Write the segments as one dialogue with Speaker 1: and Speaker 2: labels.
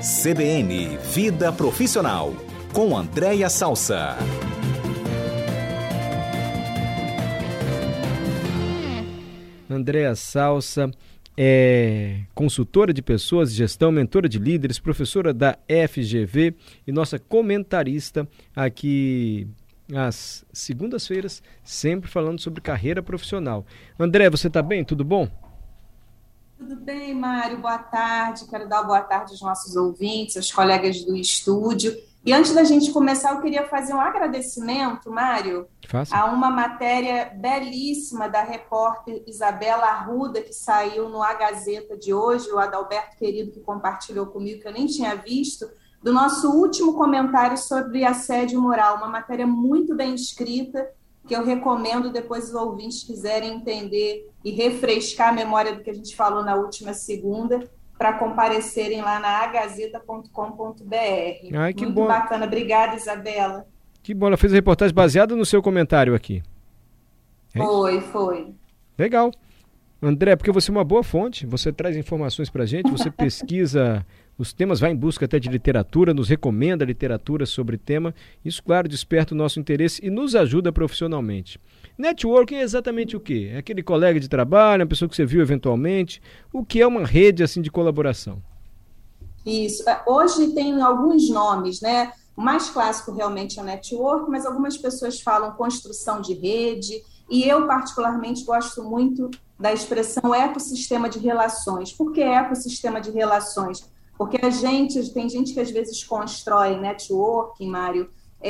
Speaker 1: CBN Vida Profissional, com Andréia Salsa.
Speaker 2: Andréia Salsa é consultora de pessoas e gestão, mentora de líderes, professora da FGV e nossa comentarista aqui às segundas-feiras, sempre falando sobre carreira profissional. André, você está bem? Tudo bom?
Speaker 3: Tudo bem, Mário? Boa tarde. Quero dar boa tarde aos nossos ouvintes, aos colegas do estúdio. E antes da gente começar, eu queria fazer um agradecimento, Mário, a uma matéria belíssima da repórter Isabela Arruda, que saiu no A Gazeta de hoje, o Adalberto querido que compartilhou comigo, que eu nem tinha visto, do nosso último comentário sobre assédio moral. Uma matéria muito bem escrita, que eu recomendo depois os ouvintes quiserem entender e refrescar a memória do que a gente falou na última segunda, para comparecerem lá na agazeta.com.br.
Speaker 2: Que
Speaker 3: muito
Speaker 2: bom.
Speaker 3: Bacana. Obrigada, Isabela.
Speaker 2: Que bom, ela fez a reportagem baseada no seu comentário aqui.
Speaker 3: Foi.
Speaker 2: Legal. André, porque você é uma boa fonte, você traz informações para a gente, você pesquisa os temas, vai em busca até de literatura, nos recomenda literatura sobre tema. Isso, claro, desperta o nosso interesse e nos ajuda profissionalmente. Networking é exatamente o quê? É aquele colega de trabalho, uma pessoa que você viu eventualmente. O que é uma rede assim de colaboração?
Speaker 3: Isso. Hoje tem alguns nomes, né? O mais clássico realmente é o network, mas algumas pessoas falam construção de rede, e eu particularmente gosto muito da expressão ecossistema de relações. Por que ecossistema de relações? Porque tem gente que às vezes constrói networking, Mário,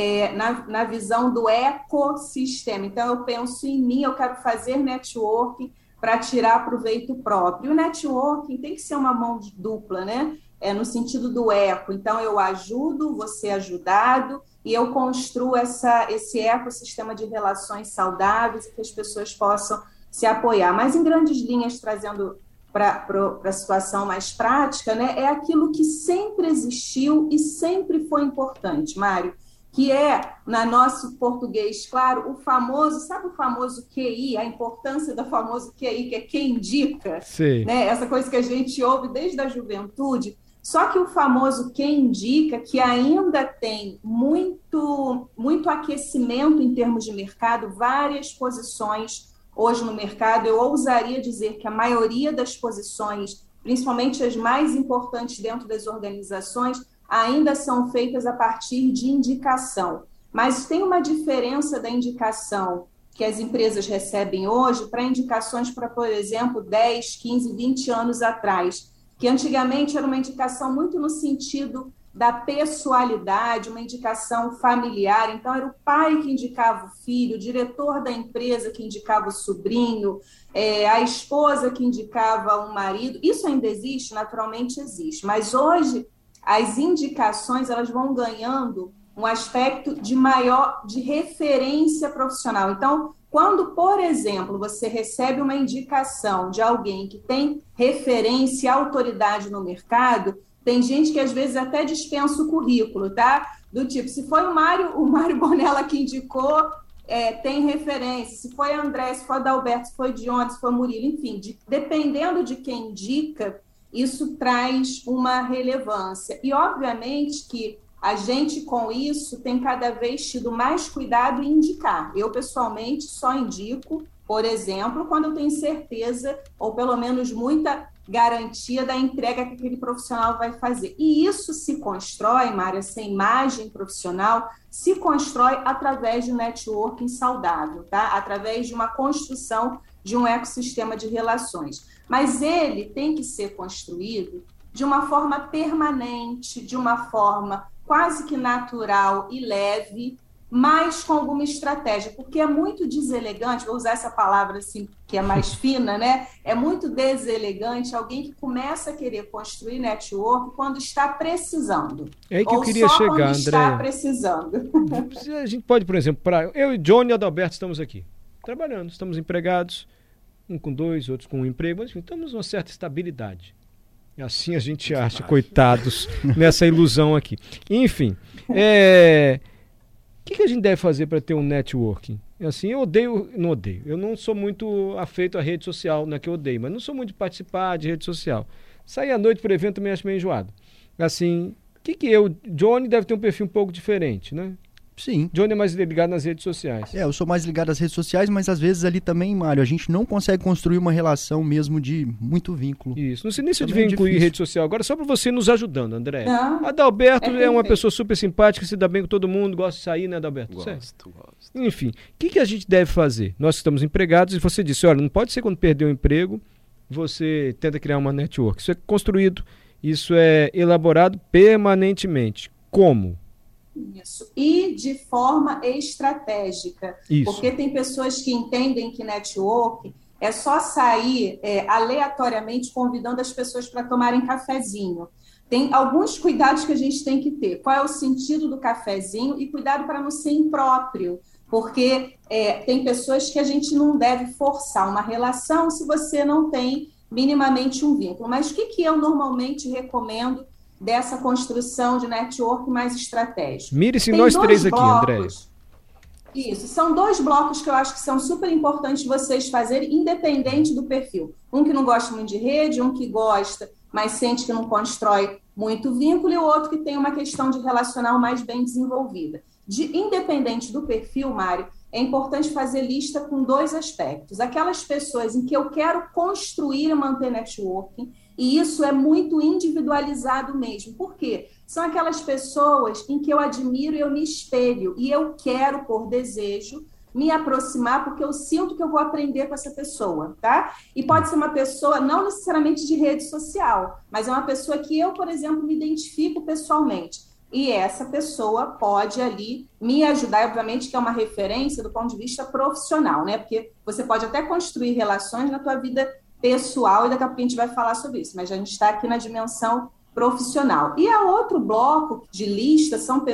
Speaker 3: na visão do ecossistema. Então, eu penso em mim, eu quero fazer networking para tirar proveito próprio. O networking tem que ser uma mão dupla, né? No sentido do eco. Então, eu ajudo, você é ajudado, e eu construo esse ecossistema de relações saudáveis, que as pessoas possam se apoiar. Mas, em grandes linhas, trazendo para a situação mais prática, né, é aquilo que sempre existiu e sempre foi importante, Mário, que é, na nosso português, claro, sabe o famoso QI, a importância do famoso QI, que é quem indica, né, essa coisa que a gente ouve desde a juventude, só que o famoso quem indica, que ainda tem muito aquecimento em termos de mercado, várias posições hoje no mercado, eu ousaria dizer que a maioria das posições, principalmente as mais importantes dentro das organizações, ainda são feitas a partir de indicação. Mas tem uma diferença da indicação que as empresas recebem hoje para indicações para, por exemplo, 10, 15, 20 anos atrás, que antigamente era uma indicação muito no sentido da pessoalidade, uma indicação familiar. Então, era o pai que indicava o filho, o diretor da empresa que indicava o sobrinho, a esposa que indicava o marido. Isso ainda existe? Naturalmente existe. Mas hoje, as indicações elas vão ganhando um aspecto de referência profissional. Então, quando, por exemplo, você recebe uma indicação de alguém que tem referência e autoridade no mercado, tem gente que às vezes até dispensa o currículo, tá? Do tipo, se foi o Mário Bonella que indicou, tem referência. Se foi André, se foi Adalberto, se foi Dione, se foi Murilo, enfim, dependendo de quem indica, isso traz uma relevância. E, obviamente, que a gente, com isso, tem cada vez tido mais cuidado em indicar. Eu, pessoalmente, só indico, por exemplo, quando eu tenho certeza, ou pelo menos muita garantia da entrega que aquele profissional vai fazer. E isso se constrói, Mário, essa imagem profissional se constrói através de um networking saudável, tá? Através de uma construção de um ecossistema de relações. Mas ele tem que ser construído de uma forma permanente, de uma forma quase que natural e leve, mas com alguma estratégia, porque é muito deselegante, vou usar essa palavra assim, que é mais fina, né? É muito deselegante alguém que começa a querer construir network quando está precisando.
Speaker 2: É aí que eu queria chegar, André.
Speaker 3: Está precisando.
Speaker 2: A gente pode, por exemplo, eu e Johnny e Adalberto estamos aqui, trabalhando, estamos empregados, um com 2, outros com um emprego, mas enfim, estamos uma certa estabilidade. Assim a gente acha, coitados, nessa ilusão aqui. Enfim, o que a gente deve fazer para ter um networking? Assim, eu não odeio. Eu não sou muito afeito à rede social, não é que eu odeio, mas não sou muito de participar de rede social. Sair à noite para evento também acho meio enjoado. assim, Johnny deve ter um perfil um pouco diferente, né?
Speaker 4: Sim.
Speaker 2: Johnny é mais ligado nas redes sociais.
Speaker 4: Eu sou mais ligado às redes sociais, mas às vezes ali também, Mário, a gente não consegue construir uma relação mesmo de muito vínculo.
Speaker 2: Isso. Não sei nem se eu
Speaker 4: Também
Speaker 2: devia incluir rede social agora, só para você nos ajudando, André.
Speaker 3: Não,
Speaker 2: Adalberto é uma pessoa super simpática, se dá bem com todo mundo, gosta de sair, né, Adalberto?
Speaker 5: Gosto.
Speaker 2: Enfim, o que a gente deve fazer? Nós estamos empregados e você disse, olha, não pode ser quando perder o emprego, você tenta criar uma network. Isso é construído, isso é elaborado permanentemente. Como?
Speaker 3: Isso. E de forma estratégica.
Speaker 2: Isso.
Speaker 3: Porque tem pessoas que entendem que network é só sair aleatoriamente convidando as pessoas para tomarem cafezinho. Tem alguns cuidados que a gente tem que ter. Qual é o sentido do cafezinho? E cuidado para não ser impróprio. Porque tem pessoas que a gente não deve forçar uma relação se você não tem minimamente um vínculo. Mas o que eu normalmente recomendo dessa construção de network mais estratégico?
Speaker 2: Mire-se nós três aqui, André.
Speaker 3: Isso, são 2 blocos que eu acho que são super importantes vocês fazerem, independente do perfil. Um que não gosta muito de rede, um que gosta, mas sente que não constrói muito vínculo, e o outro que tem uma questão de relacional mais bem desenvolvida. Independente do perfil, Mário, é importante fazer lista com 2 aspectos. Aquelas pessoas em que eu quero construir e manter networking, e isso é muito individualizado mesmo. Por quê? São aquelas pessoas em que eu admiro e eu me espelho, e eu quero, por desejo, me aproximar, porque eu sinto que eu vou aprender com essa pessoa, tá? E pode ser uma pessoa, não necessariamente de rede social, mas é uma pessoa que eu, por exemplo, me identifico pessoalmente. E essa pessoa pode ali me ajudar, obviamente que é uma referência do ponto de vista profissional, né? Porque você pode até construir relações na tua vida pessoal, e daqui a pouco a gente vai falar sobre isso, mas a gente está aqui na dimensão profissional. E a outro bloco de lista são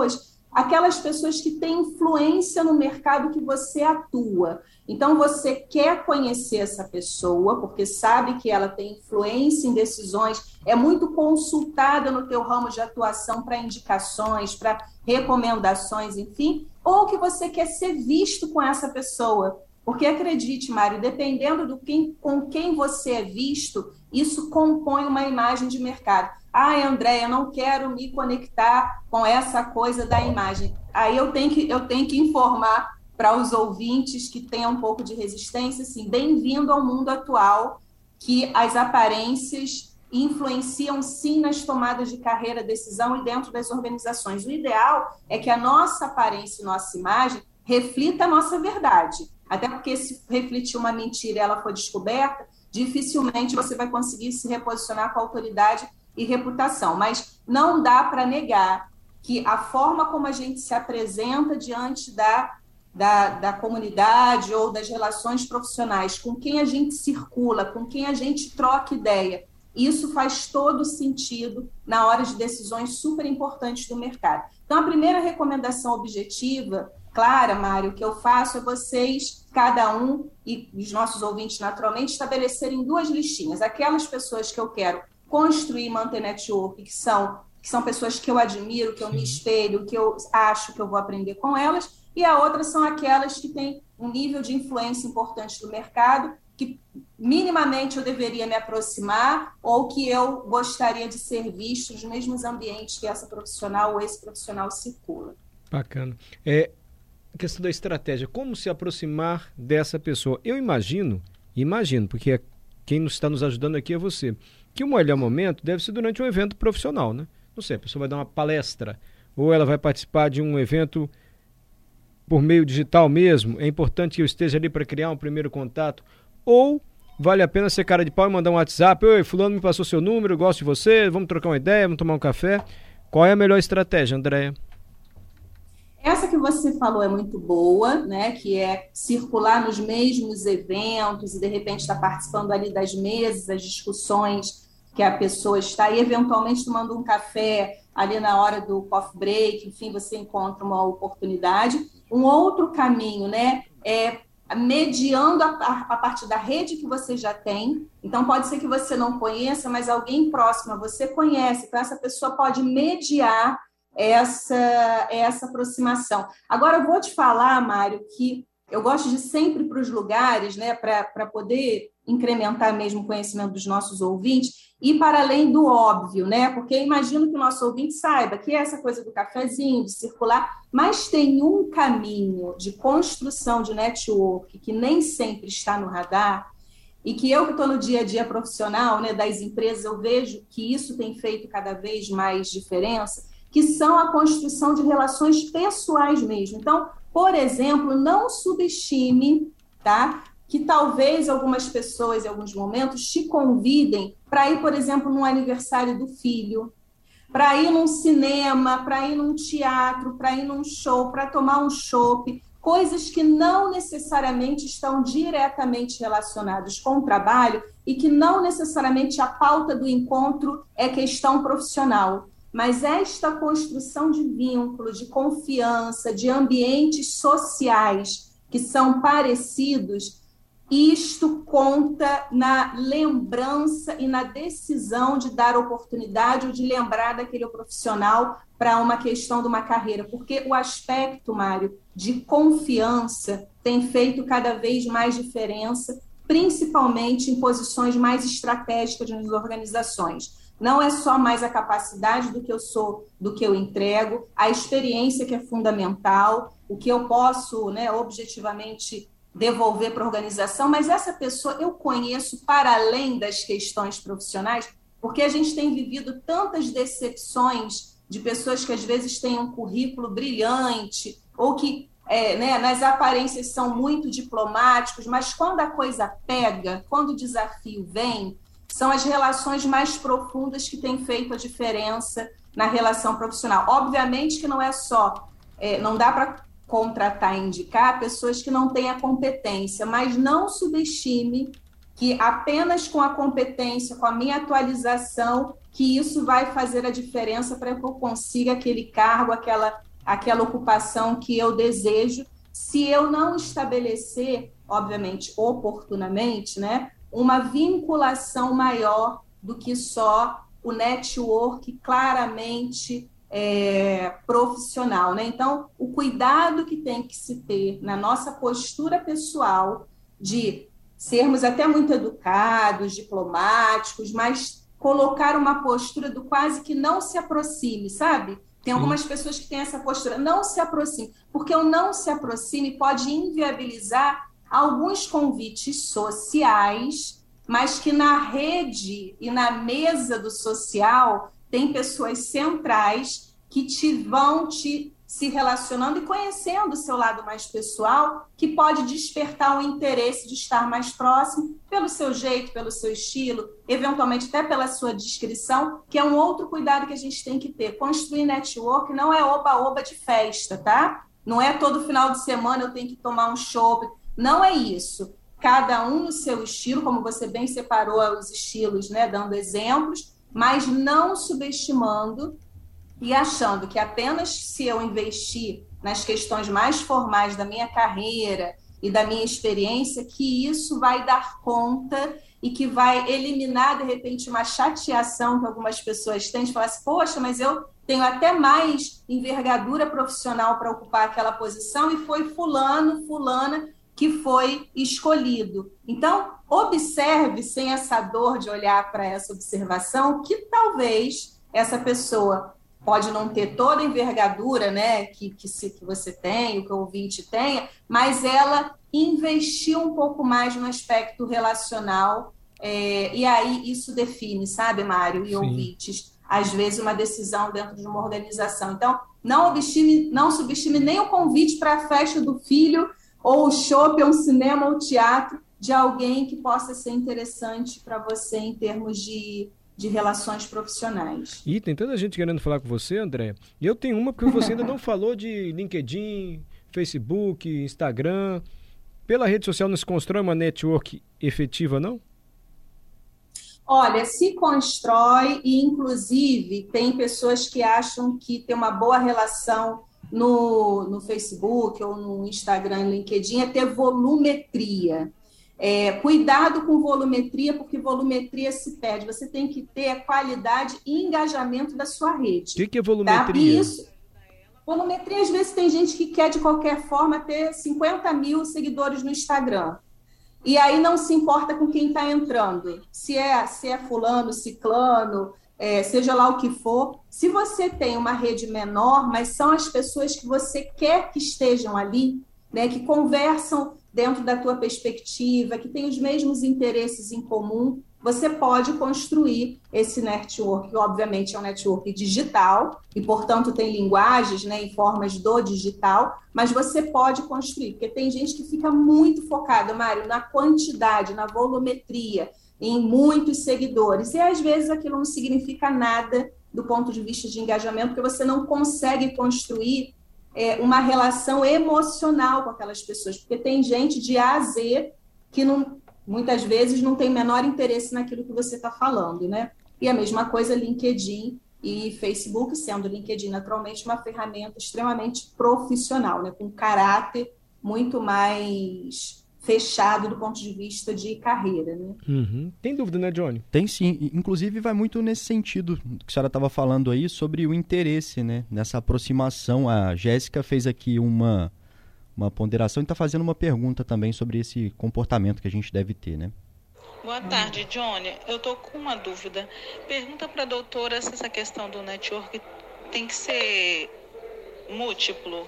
Speaker 3: aquelas pessoas que têm influência no mercado que você atua. Então, você quer conhecer essa pessoa, porque sabe que ela tem influência em decisões, é muito consultada no teu ramo de atuação para indicações, para recomendações, enfim, ou que você quer ser visto com essa pessoa. Porque, acredite, Mário, dependendo com quem você é visto, isso compõe uma imagem de mercado. Andréia, eu não quero me conectar com essa coisa da imagem. Aí eu tenho que informar para os ouvintes que tenham um pouco de resistência, assim, bem-vindo ao mundo atual, que as aparências influenciam, sim, nas tomadas de carreira, decisão e dentro das organizações. O ideal é que a nossa aparência e nossa imagem reflita a nossa verdade. Até porque se refletir uma mentira e ela for descoberta, dificilmente você vai conseguir se reposicionar com autoridade e reputação. Mas não dá para negar que a forma como a gente se apresenta diante da comunidade ou das relações profissionais, com quem a gente circula, com quem a gente troca ideia, isso faz todo sentido na hora de decisões super importantes do mercado. Então, a primeira recomendação objetiva, clara, Mário, que eu faço é vocês, cada um, e os nossos ouvintes naturalmente, estabelecerem 2 listinhas. Aquelas pessoas que eu quero construir e manter network, que são pessoas que eu admiro, que eu me espelho, que eu acho que eu vou aprender com elas, e a outra são aquelas que têm um nível de influência importante do mercado, que minimamente eu deveria me aproximar, ou que eu gostaria de ser visto nos mesmos ambientes que essa profissional ou esse profissional circula.
Speaker 2: Bacana. A questão da estratégia, como se aproximar dessa pessoa? Eu imagino, porque quem está nos ajudando aqui é você, que o melhor momento deve ser durante um evento profissional, né? Não sei, a pessoa vai dar uma palestra, ou ela vai participar de um evento por meio digital mesmo, é importante que eu esteja ali para criar um primeiro contato, ou vale a pena ser cara de pau e mandar um WhatsApp, oi, fulano me passou seu número, eu gosto de você, vamos trocar uma ideia, vamos tomar um café. Qual é a melhor estratégia, Andréia?
Speaker 3: Essa que você falou é muito boa, né? Que é circular nos mesmos eventos e, de repente, estar participando ali das mesas, das discussões que a pessoa está, e eventualmente tomando um café ali na hora do coffee break, enfim, você encontra uma oportunidade. Um outro caminho, né, é mediando a partir da rede que você já tem. Então, pode ser que você não conheça, mas alguém próximo a você conhece, então essa pessoa pode mediar essa aproximação. Agora, eu vou te falar, Mário, que eu gosto de sempre para os lugares, né, para poder incrementar mesmo o conhecimento dos nossos ouvintes, e para além do óbvio, né? Porque imagino que o nosso ouvinte saiba que essa coisa do cafezinho, de circular, mas tem um caminho de construção de network que nem sempre está no radar, e que eu que estou no dia a dia profissional, né, das empresas, eu vejo que isso tem feito cada vez mais diferença, que são a construção de relações pessoais mesmo. Então, por exemplo, não subestime, tá? Que talvez algumas pessoas, em alguns momentos, te convidem para ir, por exemplo, num aniversário do filho, para ir num cinema, para ir num teatro, para ir num show, para tomar um chopp, coisas que não necessariamente estão diretamente relacionadas com o trabalho e que não necessariamente a pauta do encontro é questão profissional. Mas esta construção de vínculo, de confiança, de ambientes sociais que são parecidos, isto conta na lembrança e na decisão de dar oportunidade ou de lembrar daquele profissional para uma questão de uma carreira, porque o aspecto, Mário, de confiança tem feito cada vez mais diferença, principalmente em posições mais estratégicas nas organizações. Não é só mais a capacidade do que eu sou, do que eu entrego, a experiência que é fundamental, o que eu posso, né, objetivamente devolver para a organização, mas essa pessoa eu conheço para além das questões profissionais, porque a gente tem vivido tantas decepções de pessoas que às vezes têm um currículo brilhante, ou que né, nas aparências são muito diplomáticos, mas quando a coisa pega, quando o desafio vem, são as relações mais profundas que têm feito a diferença na relação profissional. Obviamente que não é só, não dá para contratar e indicar pessoas que não têm a competência, mas não subestime que apenas com a competência, com a minha atualização, que isso vai fazer a diferença para que eu consiga aquele cargo, aquela ocupação que eu desejo, se eu não estabelecer, obviamente, oportunamente, né, uma vinculação maior do que só o network claramente profissional, né? Então, o cuidado que tem que se ter na nossa postura pessoal de sermos até muito educados, diplomáticos, mas colocar uma postura do quase que não se aproxime, sabe? Tem algumas pessoas que têm essa postura, não se aproxime, porque o não se aproxime pode inviabilizar alguns convites sociais, mas que na rede e na mesa do social tem pessoas centrais que vão se relacionando e conhecendo o seu lado mais pessoal, que pode despertar o interesse de estar mais próximo pelo seu jeito, pelo seu estilo, eventualmente até pela sua descrição, que é um outro cuidado que a gente tem que ter. Construir network não é oba-oba de festa, tá? Não é todo final de semana eu tenho que tomar um chopp. Não é isso. Cada um no seu estilo, como você bem separou os estilos, né, dando exemplos, mas não subestimando e achando que apenas se eu investir nas questões mais formais da minha carreira e da minha experiência, que isso vai dar conta e que vai eliminar, de repente, uma chateação que algumas pessoas têm de falar assim, poxa, mas eu tenho até mais envergadura profissional para ocupar aquela posição e foi fulana que foi escolhido. Então, observe, sem essa dor de olhar para essa observação, que talvez essa pessoa pode não ter toda a envergadura, né, que você tem, o que o ouvinte tenha, mas ela investiu um pouco mais no aspecto relacional, e aí isso define, sabe, Mário e ouvintes, às vezes uma decisão dentro de uma organização. Então, não subestime nem o convite para a festa do filho, ou o shopping, ou um cinema, ou teatro, de alguém que possa ser interessante para você em termos de relações profissionais.
Speaker 2: E tem tanta gente querendo falar com você, André. E eu tenho uma porque você ainda não falou de LinkedIn, Facebook, Instagram. Pela rede social não se constrói uma network efetiva, não?
Speaker 3: Olha, se constrói e, inclusive, tem pessoas que acham que ter uma boa relação no Facebook ou no Instagram, LinkedIn, é ter volumetria. Cuidado com volumetria, porque volumetria se perde. Você tem que ter a qualidade e engajamento da sua rede.
Speaker 2: O que é volumetria?
Speaker 3: Tá? Volumetria, às vezes, tem gente que quer, de qualquer forma, ter 50 mil seguidores no Instagram. e aí não se importa com quem está entrando, se é fulano, ciclano, seja lá o que for. Se você tem uma rede menor, mas são as pessoas que você quer que estejam ali, né, que conversam dentro da tua perspectiva, que têm os mesmos interesses em comum, você pode construir esse network, que obviamente é um network digital, e, portanto, tem linguagens, né, em formas do digital, mas você pode construir, porque tem gente que fica muito focada, Mário, na quantidade, na volumetria, em muitos seguidores, e às vezes aquilo não significa nada do ponto de vista de engajamento, porque você não consegue construir uma relação emocional com aquelas pessoas, porque tem gente de A a Z que não... muitas vezes não tem menor interesse naquilo que você está falando, né? E a mesma coisa LinkedIn e Facebook, sendo o LinkedIn naturalmente uma ferramenta extremamente profissional, né? Com caráter muito mais fechado do ponto de vista de carreira, né?
Speaker 2: Uhum. Tem dúvida, né, Johnny?
Speaker 4: Tem sim, inclusive vai muito nesse sentido que a senhora estava falando aí sobre o interesse, né? Nessa aproximação. A Jéssica fez aqui uma ponderação e está fazendo uma pergunta também sobre esse comportamento que a gente deve ter, né?
Speaker 5: Boa tarde, Johnny. Eu estou com uma dúvida. Pergunta para a doutora se essa questão do network tem que ser múltiplo.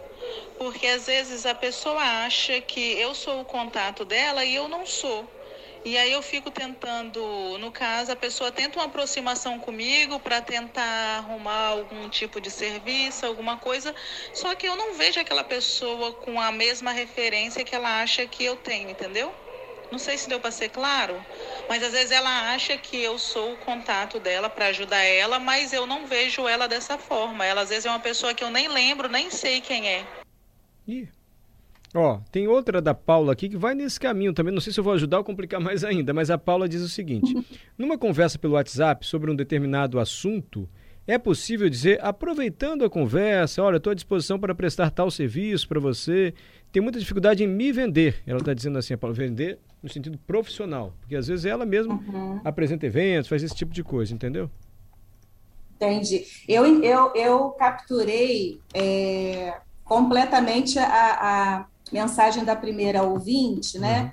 Speaker 5: Porque às vezes a pessoa acha que eu sou o contato dela e eu não sou. E aí eu fico tentando, no caso, a pessoa tenta uma aproximação comigo para tentar arrumar algum tipo de serviço, alguma coisa, só que eu não vejo aquela pessoa com a mesma referência que ela acha que eu tenho, entendeu? Não sei se deu para ser claro, mas às vezes ela acha que eu sou o contato dela para ajudar ela, mas eu não vejo ela dessa forma. Ela às vezes é uma pessoa que eu nem lembro, nem sei quem é.
Speaker 2: Ih. Ó, tem outra da Paula aqui que vai nesse caminho também, não sei se eu vou ajudar ou complicar mais ainda, mas a Paula diz o seguinte: numa conversa pelo WhatsApp sobre um determinado assunto, é possível dizer, aproveitando a conversa, olha, estou à disposição para prestar tal serviço para você, tem muita dificuldade em me vender. Ela está dizendo assim, a Paula, vender no sentido profissional, porque às vezes ela mesma apresenta eventos, faz esse tipo de coisa, entendeu?
Speaker 3: Entendi. Eu capturei completamente a mensagem da primeira ouvinte, né?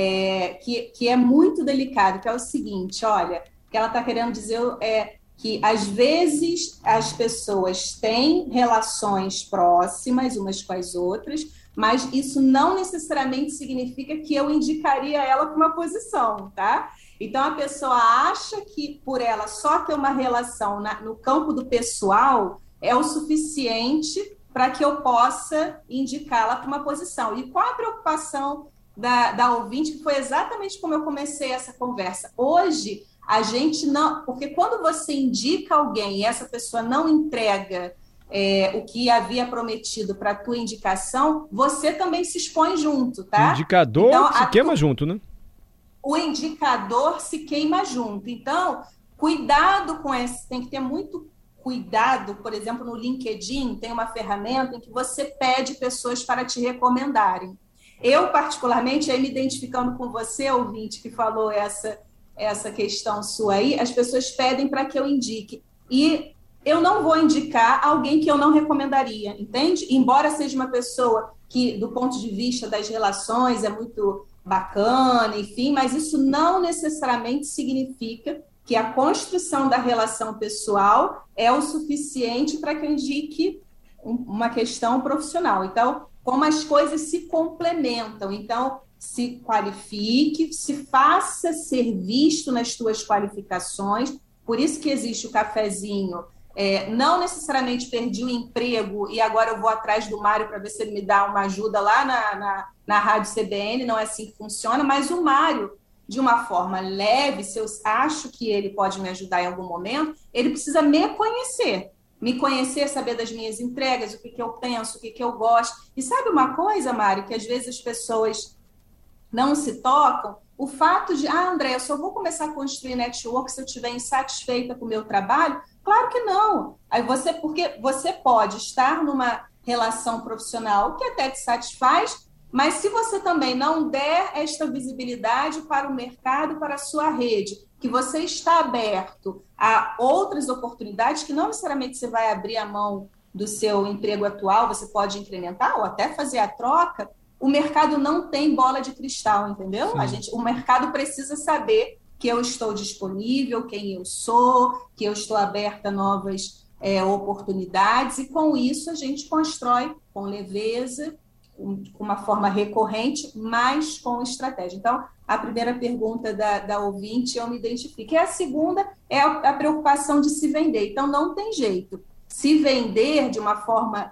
Speaker 3: Que é muito delicado, que é o seguinte, olha, que ela está querendo dizer que às vezes as pessoas têm relações próximas umas com as outras, mas isso não necessariamente significa que eu indicaria ela para uma posição, tá? Então a pessoa acha que por ela só ter uma relação no campo do pessoal é o suficiente para que eu possa indicá-la para uma posição. E qual a preocupação da ouvinte, que foi exatamente como eu comecei essa conversa. Hoje, a gente não... Porque quando você indica alguém e essa pessoa não entrega o que havia prometido para a tua indicação, você também se expõe junto, tá?
Speaker 2: O indicador então, se queima junto, né?
Speaker 3: O indicador se queima junto. Então, cuidado com esse... Tem que ter muito cuidado, por exemplo, no LinkedIn tem uma ferramenta em que você pede pessoas para te recomendarem. Eu, particularmente, aí me identificando com você, ouvinte, que falou essa questão sua aí, as pessoas pedem para que eu indique. E eu não vou indicar alguém que eu não recomendaria, entende? Embora seja uma pessoa que, do ponto de vista das relações, é muito bacana, enfim, mas isso não necessariamente significa que a construção da relação pessoal é o suficiente para que eu indique uma questão profissional. Então, como as coisas se complementam. Então, se qualifique, se faça ser visto nas tuas qualificações. Por isso que existe o cafezinho. Não necessariamente perdi o emprego e agora eu vou atrás do Mário para ver se ele me dá uma ajuda lá na Rádio CBN. Não é assim que funciona, mas o Mário, de uma forma leve, se eu acho que ele pode me ajudar em algum momento, ele precisa me conhecer, saber das minhas entregas, o que eu penso, o que eu gosto. E sabe uma coisa, Mário, que às vezes as pessoas não se tocam? O fato de, André, eu só vou começar a construir network se eu estiver insatisfeita com o meu trabalho? Claro que não. Porque você pode estar numa relação profissional que até te satisfaz, mas se você também não der esta visibilidade para o mercado, para a sua rede, que você está aberto a outras oportunidades, que não necessariamente você vai abrir a mão do seu emprego atual, você pode incrementar ou até fazer a troca, o mercado não tem bola de cristal, entendeu? O mercado precisa saber que eu estou disponível, quem eu sou, que eu estou aberta a novas oportunidades, e com isso a gente constrói com leveza, com uma forma recorrente, mas com estratégia. Então, a primeira pergunta da ouvinte, eu me identifico. E a segunda é a preocupação de se vender. Então, não tem jeito. Se vender de uma forma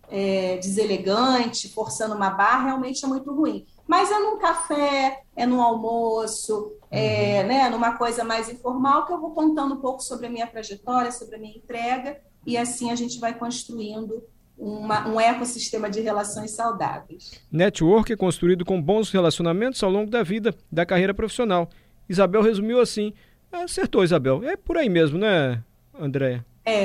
Speaker 3: deselegante, forçando uma barra, realmente é muito ruim. Mas é num café, é num almoço, numa coisa mais informal, que eu vou contando um pouco sobre a minha trajetória, sobre a minha entrega, e assim a gente vai construindo um ecossistema de relações saudáveis.
Speaker 2: Network é construído com bons relacionamentos ao longo da vida, da carreira profissional. Isabel resumiu assim. Acertou, Isabel. É por aí mesmo, né, Andréia?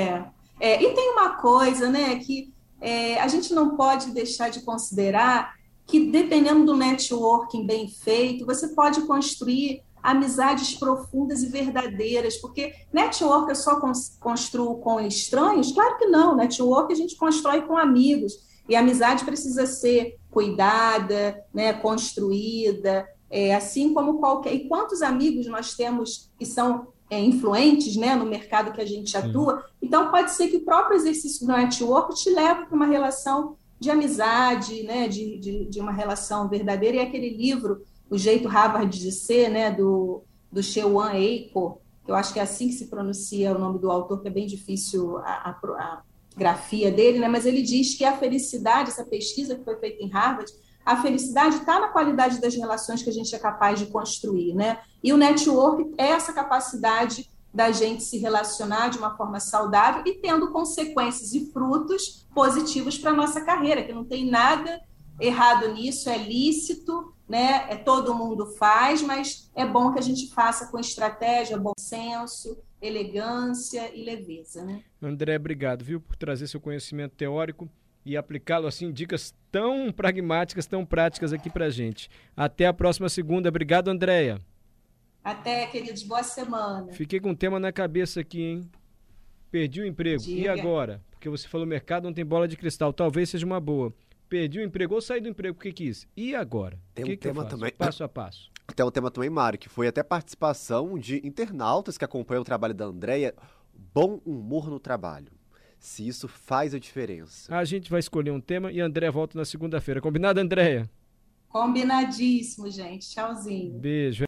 Speaker 3: E tem uma coisa, né, que a gente não pode deixar de considerar que, dependendo do networking bem feito, você pode construir amizades profundas e verdadeiras, porque network eu só construo com estranhos? Claro que não, network a gente constrói com amigos, e a amizade precisa ser cuidada, né, construída, assim como qualquer... E quantos amigos nós temos que são influentes, né, no mercado que a gente atua? Então pode ser que o próprio exercício do network te leve para uma relação de amizade, né, de uma relação verdadeira. E aquele livro, O Jeito Harvard de Ser, né, do Chewan Eiko, que eu acho que é assim que se pronuncia o nome do autor, que é bem difícil a grafia dele, né, mas ele diz que a felicidade, essa pesquisa que foi feita em Harvard, a felicidade está na qualidade das relações que a gente é capaz de construir, né? E o network é essa capacidade da gente se relacionar de uma forma saudável e tendo consequências e frutos positivos para a nossa carreira, que não tem nada errado nisso, é lícito, né? Todo mundo faz, mas é bom que a gente faça com estratégia, bom senso, elegância e leveza, né?
Speaker 2: André, obrigado, viu, por trazer seu conhecimento teórico e aplicá-lo assim, dicas tão pragmáticas, tão práticas aqui pra gente. Até a próxima segunda. Obrigado, Andréia.
Speaker 3: Até, queridos. Boa semana.
Speaker 2: Fiquei com um tema na cabeça aqui, hein? Perdi o emprego.
Speaker 3: Diga.
Speaker 2: E agora? Porque você falou, o mercado não tem bola de cristal. Talvez seja uma boa. Perdi o emprego ou saí do emprego porque quis. E agora?
Speaker 6: Tem
Speaker 2: que
Speaker 6: tema
Speaker 2: eu faço?
Speaker 6: também.
Speaker 2: Passo a passo.
Speaker 6: Tem um tema também, Mário, que foi até participação de internautas que acompanham o trabalho da Andréia. Bom humor no trabalho. Se isso faz a diferença.
Speaker 2: A gente vai escolher um tema e a Andréia volta na segunda-feira. Combinado, Andréia?
Speaker 3: Combinadíssimo, gente. Tchauzinho.
Speaker 2: Beijo.